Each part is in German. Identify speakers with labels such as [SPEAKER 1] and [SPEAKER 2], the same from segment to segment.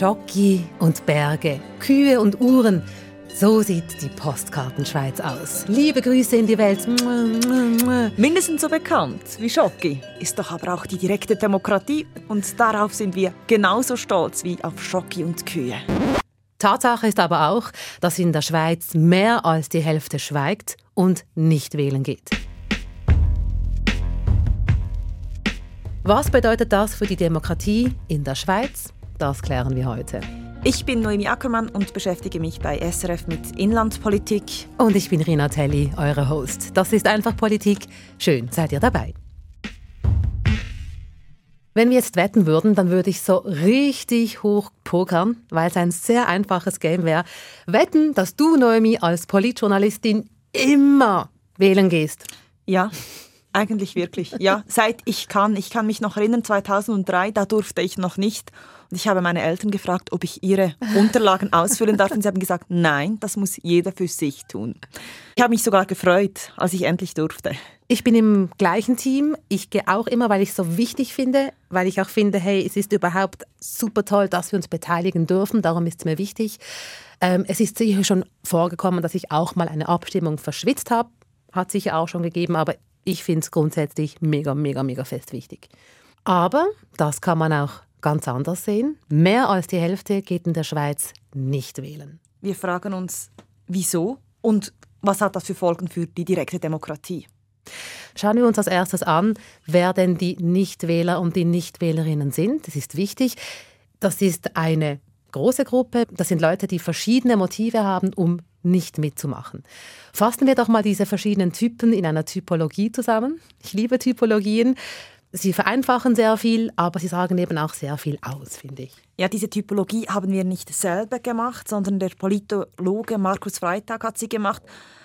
[SPEAKER 1] Schoki und Berge, Kühe und Uhren. So sieht die Postkartenschweiz aus. Liebe Grüße in die Welt.
[SPEAKER 2] Mindestens so bekannt wie Schoki ist doch aber auch die direkte Demokratie. Und darauf sind wir genauso stolz wie auf Schoki und Kühe.
[SPEAKER 1] Tatsache ist aber auch, dass in der Schweiz mehr als die Hälfte schweigt und nicht wählen geht. Was bedeutet das für die Demokratie in der Schweiz? Das klären wir heute.
[SPEAKER 2] Ich bin Noemi Ackermann und beschäftige mich bei SRF mit Inlandpolitik.
[SPEAKER 1] Und ich bin Rina Telli, eure Host. Das ist einfach Politik. Schön, seid ihr dabei. Wenn wir jetzt wetten würden, dann würde ich so richtig hoch pokern, weil es ein sehr einfaches Game wäre. Wetten, dass du, Noemi, als Politjournalistin immer wählen gehst.
[SPEAKER 2] Ja, eigentlich wirklich. Ja, seit ich kann. Ich kann mich noch erinnern, 2003, da durfte ich noch nicht. Und ich habe meine Eltern gefragt, ob ich ihre Unterlagen ausfüllen darf. Und sie haben gesagt, nein, das muss jeder für sich tun. Ich habe mich sogar gefreut, als ich endlich durfte.
[SPEAKER 1] Ich bin im gleichen Team. Ich gehe auch immer, weil ich es so wichtig finde, weil ich auch finde, hey, es ist überhaupt super toll, dass wir uns beteiligen dürfen. Darum ist es mir wichtig. Es ist sicher schon vorgekommen, dass ich auch mal eine Abstimmung verschwitzt habe. Hat sicher auch schon gegeben, aber ich finde es grundsätzlich mega, mega, mega fest wichtig. Aber das kann man auch ganz anders sehen. Mehr als die Hälfte geht in der Schweiz nicht wählen.
[SPEAKER 2] Wir fragen uns, wieso und was hat das für Folgen für die direkte Demokratie?
[SPEAKER 1] Schauen wir uns als erstes an, wer denn die Nichtwähler und die Nichtwählerinnen sind. Das ist wichtig. Das ist eine große Gruppe. Das sind Leute, die verschiedene Motive haben, um nicht mitzumachen. Fassen wir doch mal diese verschiedenen Typen in einer Typologie zusammen. Ich liebe Typologien. Sie vereinfachen sehr viel, aber sie sagen eben auch sehr viel aus, finde ich.
[SPEAKER 2] Ja, diese Typologie haben wir nicht selber gemacht, sondern der Politologe Markus Freitag hat sie gemacht.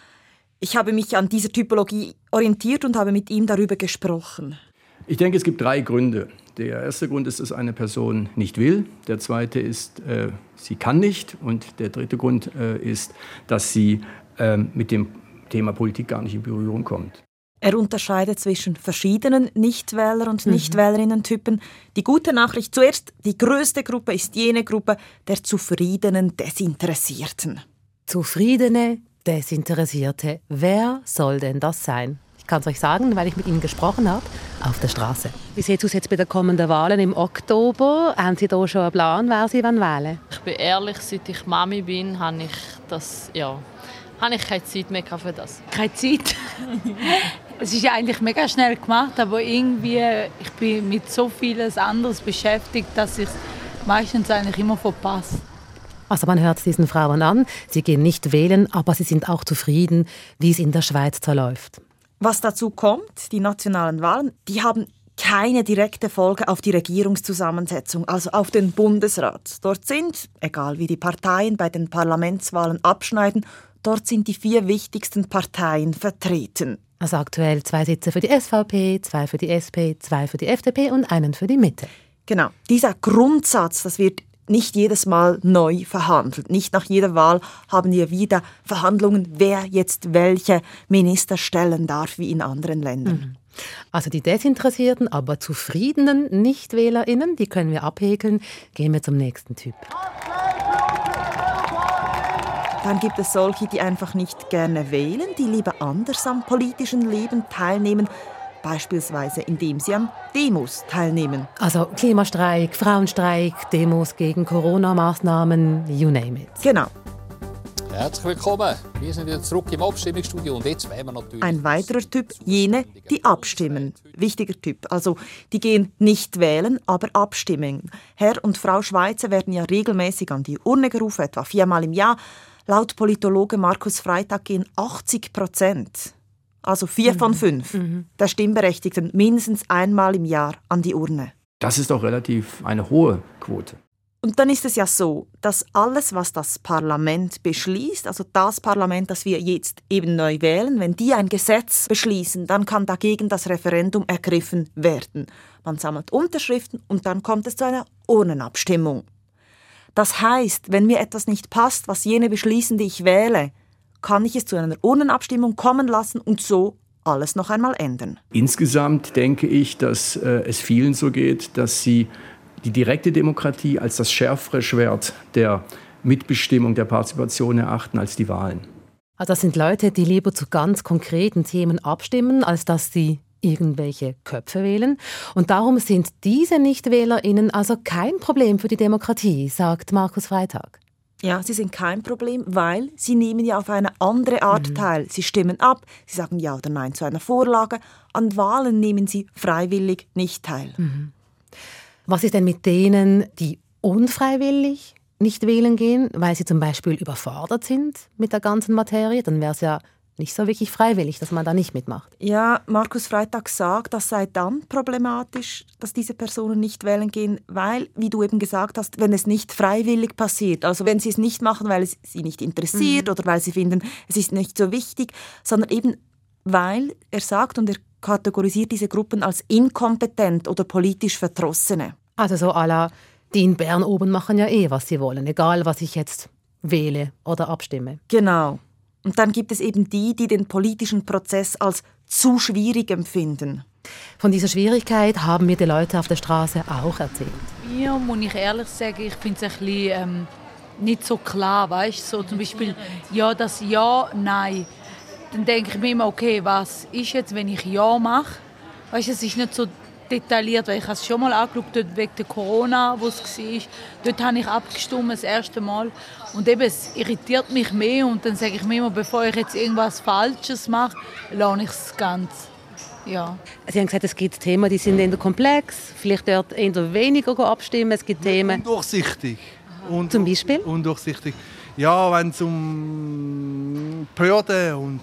[SPEAKER 2] Ich habe mich an dieser Typologie orientiert und habe mit ihm darüber gesprochen.
[SPEAKER 3] Ich denke, es gibt 3 Gründe. Der erste Grund ist, dass eine Person nicht will. Der zweite ist, sie kann nicht. Und der dritte Grund ist, dass sie mit dem Thema Politik gar nicht in Berührung kommt.
[SPEAKER 2] Er unterscheidet zwischen verschiedenen Nichtwähler- und Nichtwählerinnen-Typen. Die gute Nachricht zuerst, die größte Gruppe ist jene Gruppe der zufriedenen Desinteressierten.
[SPEAKER 1] Zufriedene Desinteressierte. Wer soll denn das sein? Ich kann es euch sagen, weil ich mit ihnen gesprochen habe, auf der Straße. Wie sieht es jetzt bei den kommenden Wahlen im Oktober? Haben Sie da schon einen Plan, wer Sie wählen wollen?
[SPEAKER 4] Ich bin ehrlich, seit ich Mami bin, habe ich keine Zeit mehr für das.
[SPEAKER 5] Keine Zeit? Es ist ja eigentlich mega schnell gemacht, aber irgendwie, ich bin mit so vieles anderes beschäftigt, dass ich es meistens eigentlich immer verpasse.
[SPEAKER 1] Also man hört es diesen Frauen an, sie gehen nicht wählen, aber sie sind auch zufrieden, wie es in der Schweiz verläuft.
[SPEAKER 2] Was dazu kommt, die nationalen Wahlen, die haben keine direkte Folge auf die Regierungszusammensetzung, also auf den Bundesrat. Dort sind, egal wie die Parteien bei den Parlamentswahlen abschneiden, dort sind die 4 wichtigsten Parteien vertreten.
[SPEAKER 1] Also aktuell 2 Sitze für die SVP, 2 für die SP, 2 für die FDP und einen für die Mitte.
[SPEAKER 2] Genau, dieser Grundsatz, das wird nicht jedes Mal neu verhandelt. Nicht nach jeder Wahl haben wir wieder Verhandlungen, wer jetzt welche Minister stellen darf, wie in anderen Ländern.
[SPEAKER 1] Also die desinteressierten, aber zufriedenen NichtwählerInnen, die können wir abhäkeln. Gehen wir zum nächsten Typ.
[SPEAKER 2] Dann gibt es solche, die einfach nicht gerne wählen, die lieber anders am politischen Leben teilnehmen, beispielsweise indem sie an Demos teilnehmen.
[SPEAKER 1] Also Klimastreik, Frauenstreik, Demos gegen Corona-Maßnahmen, you name it.
[SPEAKER 2] Genau.
[SPEAKER 6] Herzlich willkommen. Wir sind wieder zurück im Abstimmungsstudio und jetzt wählen wir natürlich...
[SPEAKER 2] Ein weiterer Typ, jene, die abstimmen. Wichtiger Typ. Also die gehen nicht wählen, aber abstimmen. Herr und Frau Schweizer werden ja regelmäßig an die Urne gerufen, etwa 4-mal im Jahr. Laut Politologe Markus Freitag gehen 80%, also 4 von 5 der Stimmberechtigten, mindestens einmal im Jahr an die Urne.
[SPEAKER 3] Das ist doch relativ eine hohe Quote.
[SPEAKER 2] Und dann ist es ja so, dass alles, was das Parlament beschließt, also das Parlament, das wir jetzt eben neu wählen, wenn die ein Gesetz beschließen, dann kann dagegen das Referendum ergriffen werden. Man sammelt Unterschriften und dann kommt es zu einer Urnenabstimmung. Das heißt, wenn mir etwas nicht passt, was jene beschließen, die ich wähle, kann ich es zu einer Urnenabstimmung kommen lassen und so alles noch einmal ändern.
[SPEAKER 3] Insgesamt denke ich, dass es vielen so geht, dass sie die direkte Demokratie als das schärfere Schwert der Mitbestimmung, der Partizipation erachten als die Wahlen.
[SPEAKER 1] Also das sind Leute, die lieber zu ganz konkreten Themen abstimmen, als dass sie irgendwelche Köpfe wählen. Und darum sind diese NichtwählerInnen also kein Problem für die Demokratie, sagt Markus Freitag.
[SPEAKER 2] Ja, sie sind kein Problem, weil sie nehmen ja auf eine andere Art teil. Sie stimmen ab, sie sagen Ja oder Nein zu einer Vorlage. An Wahlen nehmen sie freiwillig nicht teil.
[SPEAKER 1] Was ist denn mit denen, die unfreiwillig nicht wählen gehen, weil sie zum Beispiel überfordert sind mit der ganzen Materie? Dann wäre es ja nicht so wirklich freiwillig, dass man da nicht mitmacht.
[SPEAKER 2] Ja, Markus Freitag sagt, das sei dann problematisch, dass diese Personen nicht wählen gehen, weil, wie du eben gesagt hast, wenn es nicht freiwillig passiert, also wenn sie es nicht machen, weil es sie nicht interessiert oder weil sie finden, es ist nicht so wichtig, sondern eben, weil er sagt und er kategorisiert diese Gruppen als inkompetent oder politisch Verdrossene.
[SPEAKER 1] Also so à la, die in Bern oben machen ja was sie wollen, egal was ich jetzt wähle oder abstimme.
[SPEAKER 2] Genau. Und dann gibt es eben die den politischen Prozess als zu schwierig empfinden.
[SPEAKER 1] Von dieser Schwierigkeit haben mir die Leute auf der Straße auch erzählt.
[SPEAKER 5] Mir muss ich ehrlich sagen, ich finde es ein bisschen nicht so klar, weißt? So zum Beispiel ja, das Ja, Nein. Dann denke ich mir immer, okay, was ist jetzt, wenn ich Ja mache? Weißt, es ist nicht so detailliert, weil ich habe es schon mal angeschaut, dort wegen der Corona, wo es war. Dort habe ich abgestimmt, das erste Mal. Und eben, es irritiert mich mehr und dann sage ich mir immer, bevor ich jetzt irgendwas Falsches mache, lasse ich es ganz. Ja.
[SPEAKER 1] Sie haben gesagt, es gibt Themen, die sind eher komplex, vielleicht dort eher weniger abstimmen. Es gibt Themen...
[SPEAKER 7] Undurchsichtig.
[SPEAKER 1] Zum Beispiel?
[SPEAKER 7] Undurchsichtig. Ja, wenn es um Behörden und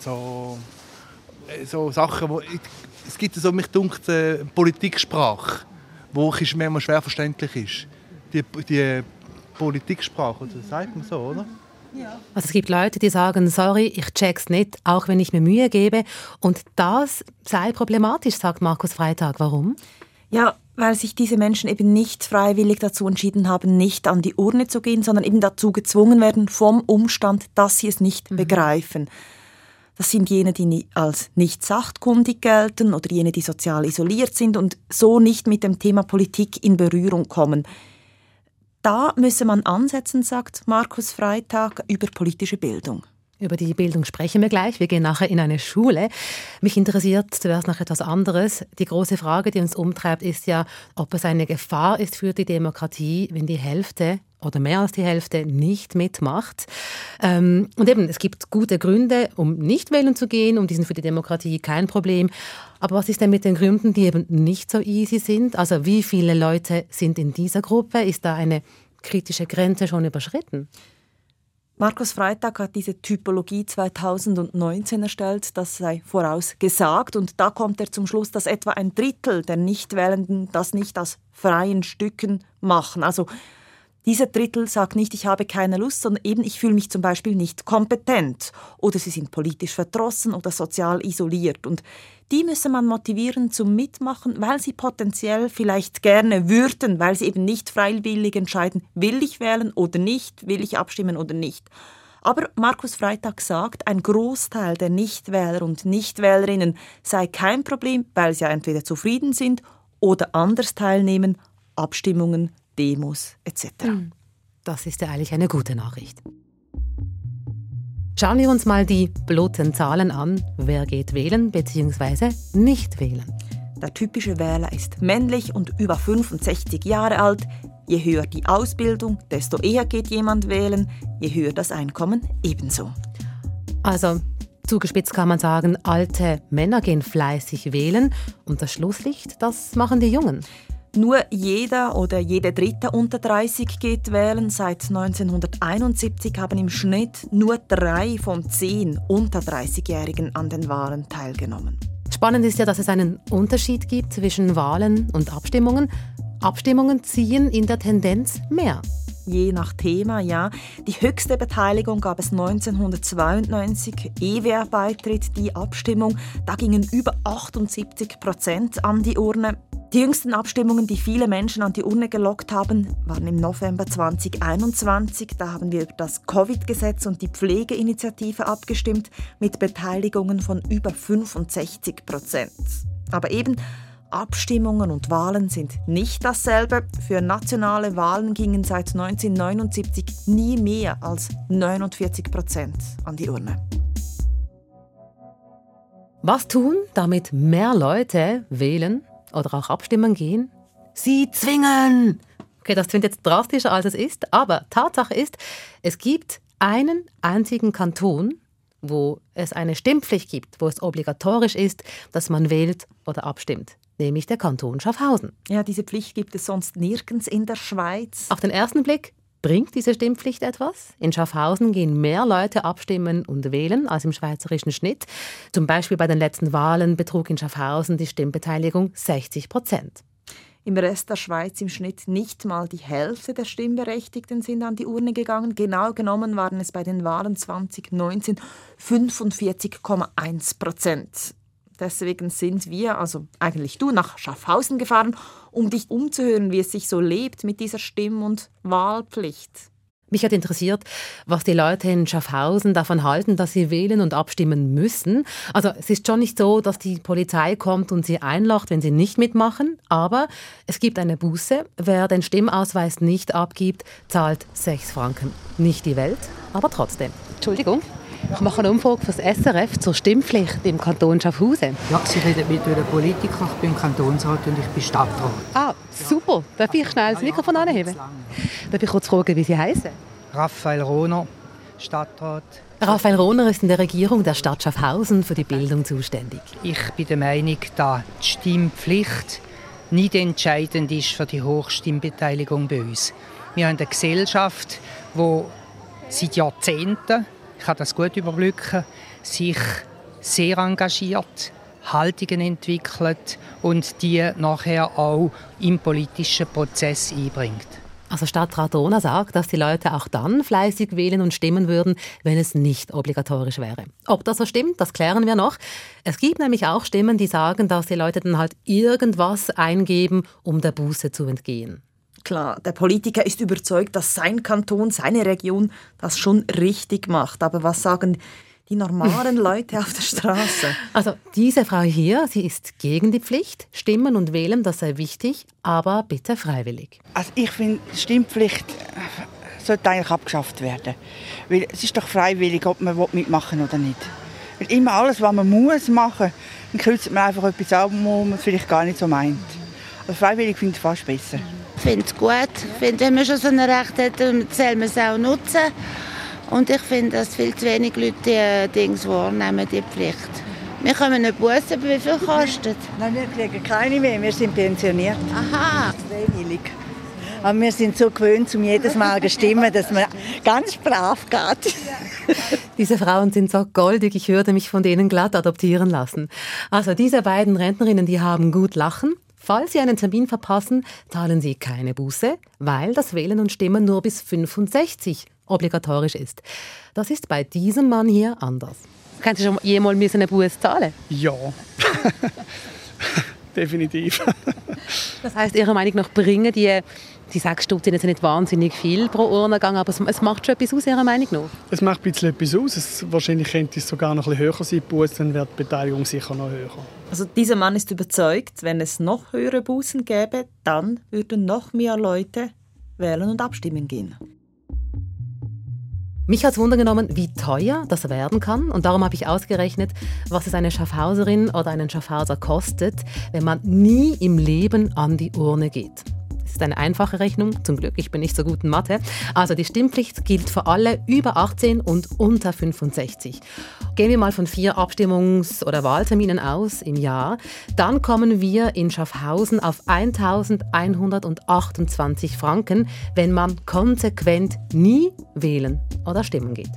[SPEAKER 7] so Sachen, wo es gibt so, mich dunkt, Politiksprache, die manchmal schwer verständlich ist. Die Politiksprache, oder sagt man so, oder?
[SPEAKER 1] Ja. Also es gibt Leute, die sagen, sorry, ich check's nicht, auch wenn ich mir Mühe gebe. Und das sei problematisch, sagt Markus Freitag. Warum?
[SPEAKER 2] Ja, weil sich diese Menschen eben nicht freiwillig dazu entschieden haben, nicht an die Urne zu gehen, sondern eben dazu gezwungen werden vom Umstand, dass sie es nicht begreifen. Das sind jene, die als nicht sachkundig gelten oder jene, die sozial isoliert sind und so nicht mit dem Thema Politik in Berührung kommen. Da müsse man ansetzen, sagt Markus Freitag, über politische Bildung.
[SPEAKER 1] Über die Bildung sprechen wir gleich. Wir gehen nachher in eine Schule. Mich interessiert zuerst noch etwas anderes. Die große Frage, die uns umtreibt, ist ja, ob es eine Gefahr ist für die Demokratie, wenn die Hälfte oder mehr als die Hälfte nicht mitmacht. Und eben, es gibt gute Gründe, um nicht wählen zu gehen, und die sind für die Demokratie kein Problem. Aber was ist denn mit den Gründen, die eben nicht so easy sind? Also wie viele Leute sind in dieser Gruppe? Ist da eine kritische Grenze schon überschritten?
[SPEAKER 2] Markus Freitag hat diese Typologie 2019 erstellt, das sei vorausgesagt. Und da kommt er zum Schluss, dass etwa ein Drittel der Nichtwählenden das nicht aus freien Stücken machen. Also dieser Drittel sagt nicht, ich habe keine Lust, sondern eben, ich fühle mich zum Beispiel nicht kompetent. Oder sie sind politisch verdrossen oder sozial isoliert. Und die müsse man motivieren zum Mitmachen, weil sie potenziell vielleicht gerne würden, weil sie eben nicht freiwillig entscheiden, will ich wählen oder nicht, will ich abstimmen oder nicht. Aber Markus Freitag sagt, ein Großteil der Nichtwähler und Nichtwählerinnen sei kein Problem, weil sie ja entweder zufrieden sind oder anders teilnehmen, Abstimmungen, Demos etc.
[SPEAKER 1] Das ist ja eigentlich eine gute Nachricht. Schauen wir uns mal die bloßen Zahlen an. Wer geht wählen bzw. nicht wählen?
[SPEAKER 2] Der typische Wähler ist männlich und über 65 Jahre alt. Je höher die Ausbildung, desto eher geht jemand wählen. Je höher das Einkommen, ebenso.
[SPEAKER 1] Also zugespitzt kann man sagen, alte Männer gehen fleißig wählen. Und das Schlusslicht, das machen die Jungen.
[SPEAKER 2] Nur jeder oder jede Dritte unter 30 geht wählen. Seit 1971 haben im Schnitt nur 3 von 10 unter 30-Jährigen an den Wahlen teilgenommen.
[SPEAKER 1] Spannend ist ja, dass es einen Unterschied gibt zwischen Wahlen und Abstimmungen. Abstimmungen ziehen in der Tendenz mehr.
[SPEAKER 2] Je nach Thema, ja. Die höchste Beteiligung gab es 1992, EWR-Beitritt, die Abstimmung. Da gingen über 78% an die Urne. Die jüngsten Abstimmungen, die viele Menschen an die Urne gelockt haben, waren im November 2021. Da haben wir über das Covid-Gesetz und die Pflegeinitiative abgestimmt, mit Beteiligungen von über 65%. Aber eben, Abstimmungen und Wahlen sind nicht dasselbe. Für nationale Wahlen gingen seit 1979 nie mehr als 49% an die Urne.
[SPEAKER 1] Was tun, damit mehr Leute wählen oder auch abstimmen gehen? Sie zwingen! Okay, das klingt jetzt drastischer, als es ist, aber Tatsache ist, es gibt einen einzigen Kanton, wo es eine Stimmpflicht gibt, wo es obligatorisch ist, dass man wählt oder abstimmt, nämlich der Kanton Schaffhausen.
[SPEAKER 2] Ja, diese Pflicht gibt es sonst nirgends in der Schweiz.
[SPEAKER 1] Auf den ersten Blick bringt diese Stimmpflicht etwas. In Schaffhausen gehen mehr Leute abstimmen und wählen als im schweizerischen Schnitt. Zum Beispiel bei den letzten Wahlen betrug in Schaffhausen die Stimmbeteiligung 60%.
[SPEAKER 2] Im Rest der Schweiz im Schnitt nicht mal die Hälfte der Stimmberechtigten sind an die Urne gegangen. Genau genommen waren es bei den Wahlen 2019 45,1%. Deswegen sind wir, also eigentlich du, nach Schaffhausen gefahren, um dich umzuhören, wie es sich so lebt mit dieser Stimm- und Wahlpflicht.
[SPEAKER 1] Mich hat interessiert, was die Leute in Schaffhausen davon halten, dass sie wählen und abstimmen müssen. Also es ist schon nicht so, dass die Polizei kommt und sie einlacht, wenn sie nicht mitmachen. Aber es gibt eine Buße. Wer den Stimmausweis nicht abgibt, zahlt 6 Franken. Nicht die Welt, aber trotzdem. Entschuldigung, ich mache eine Umfrage für das SRF zur Stimmpflicht im Kanton Schaffhausen.
[SPEAKER 8] Ja, Sie reden mit einem Politiker. Ich bin Kantonsrat und ich bin Stadtrat.
[SPEAKER 1] Ah, super. Darf ich schnell das Mikrofon anheben? Darf ich kurz fragen, wie Sie heißen?
[SPEAKER 8] Raphael Rohner, Stadtrat.
[SPEAKER 1] Raphael Rohner ist in der Regierung der Stadt Schaffhausen für die Bildung zuständig.
[SPEAKER 8] Ich bin der Meinung, dass die Stimmpflicht nicht entscheidend ist für die hohe Stimmbeteiligung bei uns. Wir haben eine Gesellschaft, die seit Jahrzehnten, ich kann das gut überblicken, sich sehr engagiert, Haltungen entwickelt und die nachher auch im politischen Prozess einbringt.
[SPEAKER 1] Also Stadtrat Rohner sagt, dass die Leute auch dann fleißig wählen und stimmen würden, wenn es nicht obligatorisch wäre. Ob das so stimmt, das klären wir noch. Es gibt nämlich auch Stimmen, die sagen, dass die Leute dann halt irgendwas eingeben, um der Buße zu entgehen.
[SPEAKER 2] Klar, der Politiker ist überzeugt, dass sein Kanton, seine Region das schon richtig macht. Aber was sagen die normalen Leute auf der Straße?
[SPEAKER 1] Also diese Frau hier, sie ist gegen die Pflicht. Stimmen und wählen, das sei wichtig, aber bitte freiwillig.
[SPEAKER 9] Also ich finde, die Stimmpflicht sollte eigentlich abgeschafft werden. Weil es ist doch freiwillig, ob man mitmachen will oder nicht. Weil immer alles, was man muss machen, dann kürzt man einfach etwas ab, wo man vielleicht gar nicht so meint. Also freiwillig finde ich fast besser.
[SPEAKER 10] Ich finde es gut. Ich finde, wenn man schon so ein Recht hat, soll man es auch nutzen. Und ich finde, dass viel zu wenig Leute die Dinge wahrnehmen, die Pflicht. Wir können nicht bussen, aber wie viel kostet?
[SPEAKER 9] Nein, wir kriegen keine mehr, wir sind pensioniert.
[SPEAKER 10] Aha.
[SPEAKER 9] Freiwillig. Aber wir sind so gewöhnt, um jedes Mal zu stimmen, dass man ganz brav geht.
[SPEAKER 1] Diese Frauen sind so goldig, ich würde mich von denen glatt adoptieren lassen. Also diese beiden Rentnerinnen, die haben gut Lachen. Falls Sie einen Termin verpassen, zahlen Sie keine Buße, weil das Wählen und Stimmen nur bis 65 obligatorisch ist. Das ist bei diesem Mann hier anders. Haben Sie schon jemals eine Buße zahlen?
[SPEAKER 11] Ja, definitiv.
[SPEAKER 1] Das heisst, Ihrer Meinung nach bringen die 6 Stutz sind jetzt nicht wahnsinnig viel pro Urnengang, aber es macht schon etwas aus, Ihrer Meinung nach?
[SPEAKER 11] Es macht ein bisschen etwas aus. Wahrscheinlich könnte es sogar noch ein bisschen höher sein, die Buße, dann wird die Beteiligung sicher noch höher.
[SPEAKER 2] Also dieser Mann ist überzeugt, wenn es noch höhere Bußen gäbe, dann würden noch mehr Leute wählen und abstimmen gehen.
[SPEAKER 1] Mich hat es Wunder genommen, wie teuer das werden kann. Und darum habe ich ausgerechnet, was es eine Schaffhauserin oder einen Schaffhauser kostet, wenn man nie im Leben an die Urne geht. Es ist eine einfache Rechnung, zum Glück, ich bin nicht so gut in Mathe. Also die Stimmpflicht gilt für alle über 18 und unter 65. Gehen wir mal von 4 Abstimmungs- oder Wahlterminen aus im Jahr, dann kommen wir in Schaffhausen auf 1.128 Franken, wenn man konsequent nie wählen oder stimmen geht.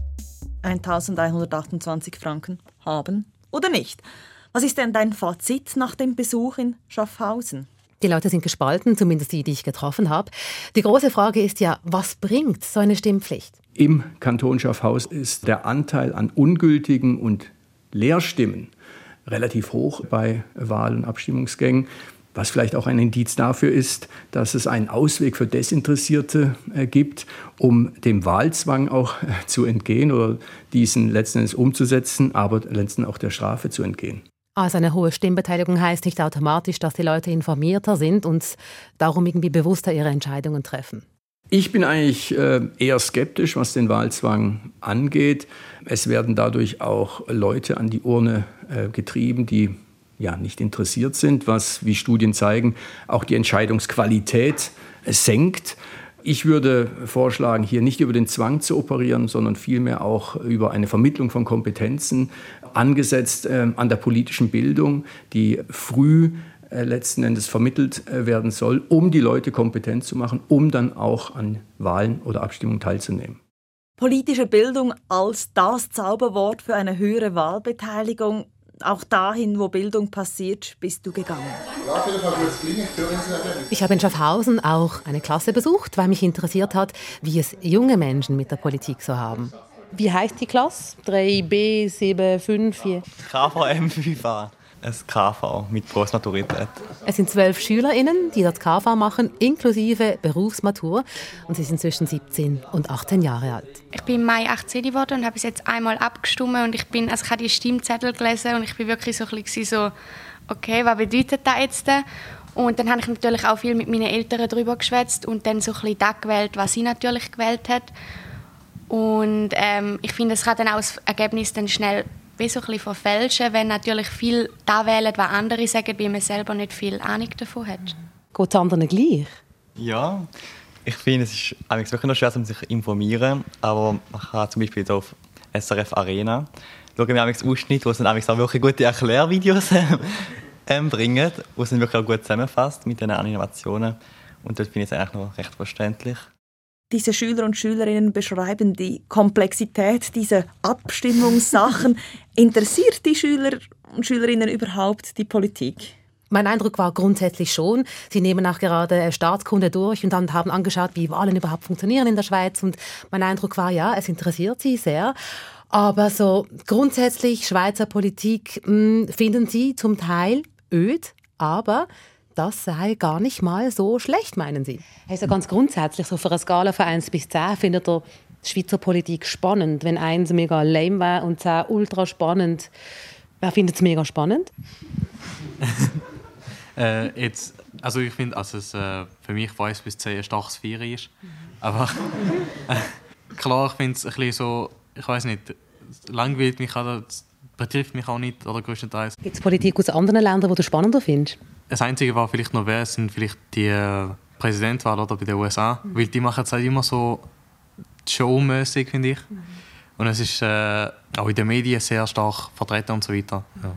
[SPEAKER 2] 1.128 Franken haben oder nicht? Was ist denn dein Fazit nach dem Besuch in Schaffhausen?
[SPEAKER 1] Die Leute sind gespalten, zumindest die ich getroffen habe. Die große Frage ist ja, was bringt so eine Stimmpflicht?
[SPEAKER 3] Im Kanton Schaffhausen ist der Anteil an ungültigen und Leerstimmen relativ hoch bei Wahl- und Abstimmungsgängen, was vielleicht auch ein Indiz dafür ist, dass es einen Ausweg für Desinteressierte gibt, um dem Wahlzwang auch zu entgehen oder diesen letzten Endes umzusetzen, aber letztendlich auch der Strafe zu entgehen.
[SPEAKER 1] Also eine hohe Stimmbeteiligung heißt nicht automatisch, dass die Leute informierter sind und darum irgendwie bewusster ihre Entscheidungen treffen.
[SPEAKER 3] Ich bin eigentlich eher skeptisch, was den Wahlzwang angeht. Es werden dadurch auch Leute an die Urne getrieben, die nicht interessiert sind, was, wie Studien zeigen, auch die Entscheidungsqualität senkt. Ich würde vorschlagen, hier nicht über den Zwang zu operieren, sondern vielmehr auch über eine Vermittlung von Kompetenzen, angesetzt an der politischen Bildung, die früh letzten Endes vermittelt werden soll, um die Leute kompetent zu machen, um dann auch an Wahlen oder Abstimmungen teilzunehmen.
[SPEAKER 2] Politische Bildung als das Zauberwort für eine höhere Wahlbeteiligung. Auch dahin, wo Bildung passiert, bist du gegangen.
[SPEAKER 1] Ich habe in Schaffhausen auch eine Klasse besucht, weil mich interessiert hat, wie es junge Menschen mit der Politik so haben. Wie heißt die Klasse? 3B, 7, 5, 4?
[SPEAKER 12] KVM 5A. Ein KV mit Postmaturität.
[SPEAKER 1] Es sind 12 SchülerInnen, die das KV machen, inklusive Berufsmatur. Und sie sind zwischen 17 und 18 Jahre alt.
[SPEAKER 13] Ich bin im Mai 18 geworden und habe bis jetzt einmal abgestimmt. Und ich habe die Stimmzettel gelesen und ich bin wirklich so ein bisschen so, okay, was bedeutet das jetzt? Und dann habe ich natürlich auch viel mit meinen Eltern darüber geschwätzt und dann so ein bisschen das gewählt, was sie natürlich gewählt hat. Und ich finde, es kann dann auch das Ergebnis dann schnell wie so ein bisschen verfälschen, wenn natürlich viel da wählen, was andere sagen, weil man selber nicht viel Ahnung davon hat.
[SPEAKER 1] Geht es anderen gleich?
[SPEAKER 12] Ja, ich finde, es ist eigentlich wirklich noch schwer, um sich zu informieren. Aber man kann zum Beispiel auf SRF Arena schauen wir Ausschnitte, wo es dann auch wirklich gute Erklärvideos bringen, wo es dann wirklich auch gut zusammenfasst mit den Animationen. Und dort finde ich es eigentlich noch recht verständlich.
[SPEAKER 2] Diese Schüler und Schülerinnen beschreiben die Komplexität dieser Abstimmungssachen. Interessiert die Schüler und Schülerinnen überhaupt die Politik?
[SPEAKER 1] Mein Eindruck war grundsätzlich schon. Sie nehmen auch gerade Staatskunde durch und dann haben angeschaut, wie Wahlen überhaupt funktionieren in der Schweiz. Und mein Eindruck war, ja, es interessiert sie sehr. Aber so grundsätzlich Schweizer Politik finden sie zum Teil öd, aber das sei gar nicht mal so schlecht, meinen Sie? Also ganz grundsätzlich, so für eine Skala von 1 bis 10, findet ihr die Schweizer Politik spannend? Wenn 1 mega lame wäre und 10 ultra spannend, wer findet es mega spannend?
[SPEAKER 14] Ich finde, dass es für mich von 1 bis 10 ein starkes 4 ist. Aber klar, ich finde es ein bisschen so, ich weiß nicht, langweilt mich, betrifft mich auch nicht, oder größtenteils.
[SPEAKER 1] Gibt es Politik aus anderen Ländern, die du spannender findest?
[SPEAKER 14] Das Einzige, was vielleicht noch wäre, sind vielleicht die Präsidentwahl oder bei den USA. Weil die machen es halt immer so showmäßig, finde ich. Und es ist auch in den Medien sehr stark vertreten und so weiter. Ja.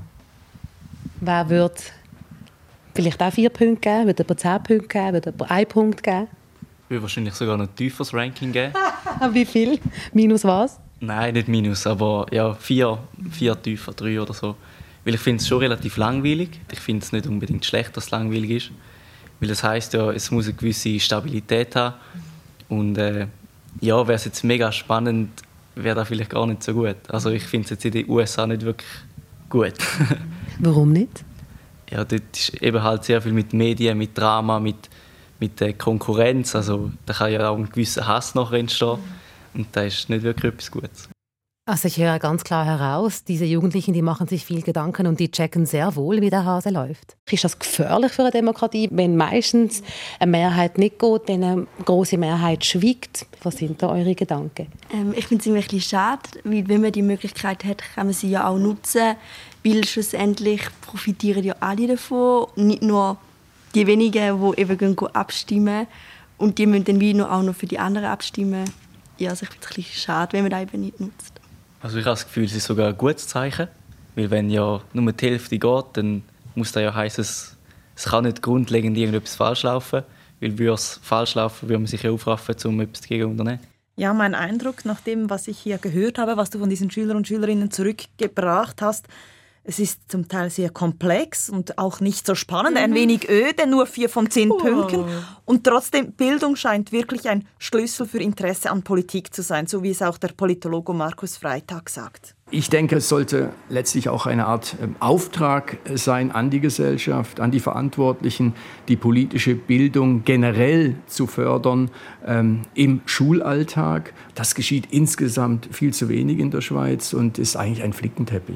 [SPEAKER 1] Wer würde vielleicht auch 4 Punkte geben? Würde jemand 10 Punkte geben? Würde jemand 1 Punkt geben?
[SPEAKER 12] Ich würde wahrscheinlich sogar noch ein tieferes Ranking geben.
[SPEAKER 1] Wie viel? Minus was?
[SPEAKER 12] Nein, nicht minus, aber ja, 4 tiefer, 3 oder so. Weil ich finde es schon relativ langweilig. Ich finde es nicht unbedingt schlecht, dass es langweilig ist. Weil das heisst ja, es muss eine gewisse Stabilität haben. Und wäre es jetzt mega spannend, wäre das vielleicht gar nicht so gut. Also ich finde es jetzt in den USA nicht wirklich gut.
[SPEAKER 1] Warum nicht?
[SPEAKER 12] Ja, dort ist eben halt sehr viel mit Medien, mit Drama, mit Konkurrenz. Also da kann ja auch ein gewisser Hass nachher entstehen. Und das ist nicht wirklich etwas Gutes.
[SPEAKER 1] Also ich höre ganz klar heraus, diese Jugendlichen, die machen sich viel Gedanken und die checken sehr wohl, wie der Hase läuft. Ist das gefährlich für eine Demokratie, wenn meistens eine Mehrheit nicht geht, wenn eine grosse Mehrheit schweigt? Was sind da eure Gedanken?
[SPEAKER 15] Ich finde es irgendwie schade, weil wenn man die Möglichkeit hat, kann man sie ja auch nutzen, weil schlussendlich profitieren ja alle davon, nicht nur die wenigen, die eben gehen abstimmen und die müssen dann auch noch für die anderen abstimmen. Ja, also ich finde es ein bisschen schade, wenn man das eben nicht nutzt.
[SPEAKER 12] Also ich habe das Gefühl, es ist sogar ein gutes Zeichen. Weil wenn ja nur die Hälfte geht, dann muss das ja heißen, es kann nicht grundlegend irgendetwas falsch laufen. Weil würde es falsch laufen, würde man sich ja aufraffen, um etwas dagegen zu unternehmen.
[SPEAKER 2] Ja, mein Eindruck nach dem, was ich hier gehört habe, was du von diesen Schülern und Schülerinnen zurückgebracht hast, es ist zum Teil sehr komplex und auch nicht so spannend, ein wenig öde, nur 4 von 10 Punkten. Und trotzdem, Bildung scheint wirklich ein Schlüssel für Interesse an Politik zu sein, so wie es auch der Politologe Markus Freitag sagt.
[SPEAKER 3] Ich denke, es sollte letztlich auch eine Art Auftrag sein an die Gesellschaft, an die Verantwortlichen, die politische Bildung generell zu fördern im Schulalltag. Das geschieht insgesamt viel zu wenig in der Schweiz und ist eigentlich ein Flickenteppich.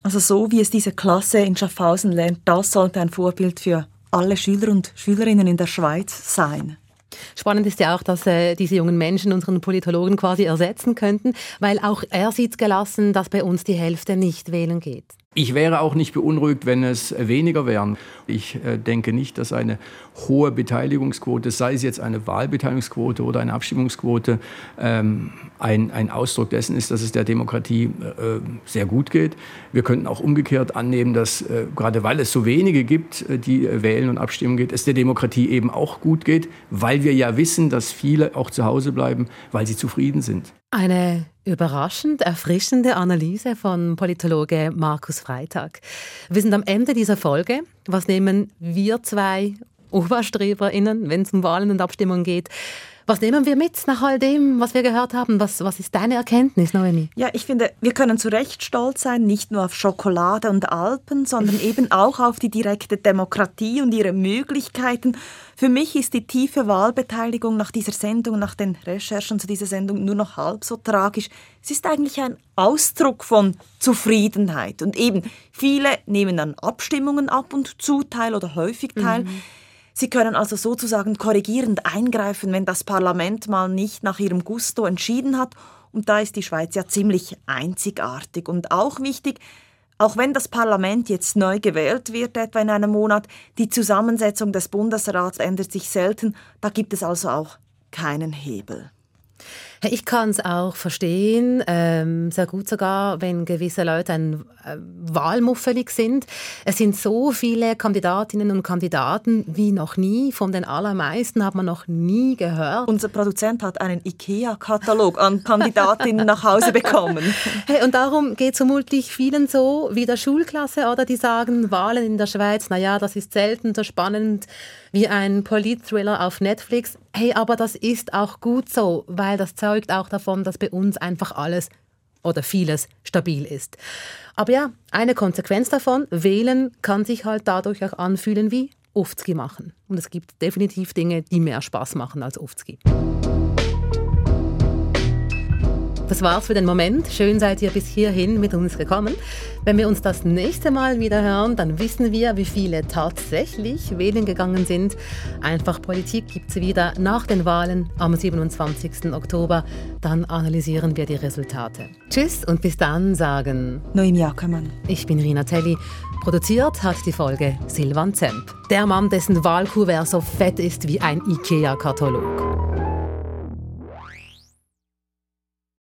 [SPEAKER 2] Also so, wie es diese Klasse in Schaffhausen lernt, das sollte ein Vorbild für alle Schüler und Schülerinnen in der Schweiz sein.
[SPEAKER 1] Spannend ist ja auch, dass diese jungen Menschen unseren Politologen quasi ersetzen könnten, weil auch er sieht gelassen, dass bei uns die Hälfte nicht wählen geht.
[SPEAKER 3] Ich wäre auch nicht beunruhigt, wenn es weniger wären. Ich denke nicht, dass eine hohe Beteiligungsquote, sei es jetzt eine Wahlbeteiligungsquote oder eine Abstimmungsquote, ein Ausdruck dessen ist, dass es der Demokratie sehr gut geht. Wir könnten auch umgekehrt annehmen, dass gerade weil es so wenige gibt, die wählen und abstimmen geht, es der Demokratie eben auch gut geht, weil wir ja wissen, dass viele auch zu Hause bleiben, weil sie zufrieden sind.
[SPEAKER 1] Eine überraschend erfrischende Analyse von Politologe Markus Freitag. Wir sind am Ende dieser Folge. Was nehmen wir zwei OberstreberInnen, wenn es um Wahlen und Abstimmungen geht? Was nehmen wir mit nach all dem, was wir gehört haben? Was ist deine Erkenntnis, Noemi?
[SPEAKER 2] Ja, ich finde, wir können zu Recht stolz sein, nicht nur auf Schokolade und Alpen, sondern eben auch auf die direkte Demokratie und ihre Möglichkeiten. Für mich ist die tiefe Wahlbeteiligung nach dieser Sendung, nach den Recherchen zu dieser Sendung nur noch halb so tragisch. Es ist eigentlich ein Ausdruck von Zufriedenheit. Und eben, viele nehmen an Abstimmungen ab und zu teil oder häufig teil. Sie können also sozusagen korrigierend eingreifen, wenn das Parlament mal nicht nach ihrem Gusto entschieden hat. Und da ist die Schweiz ja ziemlich einzigartig. Und auch wichtig, auch wenn das Parlament jetzt neu gewählt wird, etwa in einem Monat, die Zusammensetzung des Bundesrats ändert sich selten. Da gibt es also auch keinen Hebel.
[SPEAKER 1] Ich kann es auch verstehen, sehr gut sogar, wenn gewisse Leute wahlmuffelig sind. Es sind so viele Kandidatinnen und Kandidaten wie noch nie. Von den allermeisten hat man noch nie gehört.
[SPEAKER 2] Unser Produzent hat einen IKEA-Katalog an Kandidatinnen nach Hause bekommen.
[SPEAKER 1] Hey, und darum geht es vermutlich vielen so wie der Schulklasse, oder die sagen, Wahlen in der Schweiz, naja, das ist selten so spannend wie ein Polit-Thriller auf Netflix. Hey, aber das ist auch gut so, weil das zeugt auch davon, dass bei uns einfach alles oder vieles stabil ist. Aber ja, eine Konsequenz davon, wählen kann sich halt dadurch auch anfühlen wie Ufzgi machen. Und es gibt definitiv Dinge, die mehr Spaß machen als Ufzgi. Das war's für den Moment. Schön seid ihr bis hierhin mit uns gekommen. Wenn wir uns das nächste Mal wieder hören, dann wissen wir, wie viele tatsächlich wählen gegangen sind. Einfach Politik gibt's wieder nach den Wahlen am 27. Oktober. Dann analysieren wir die Resultate. Tschüss und bis dann sagen
[SPEAKER 2] Noemi Ackermann.
[SPEAKER 1] Ich bin Rina Telli. Produziert hat die Folge Silvan Zemp. Der Mann, dessen Wahlkuvert so fett ist wie ein IKEA-Katalog.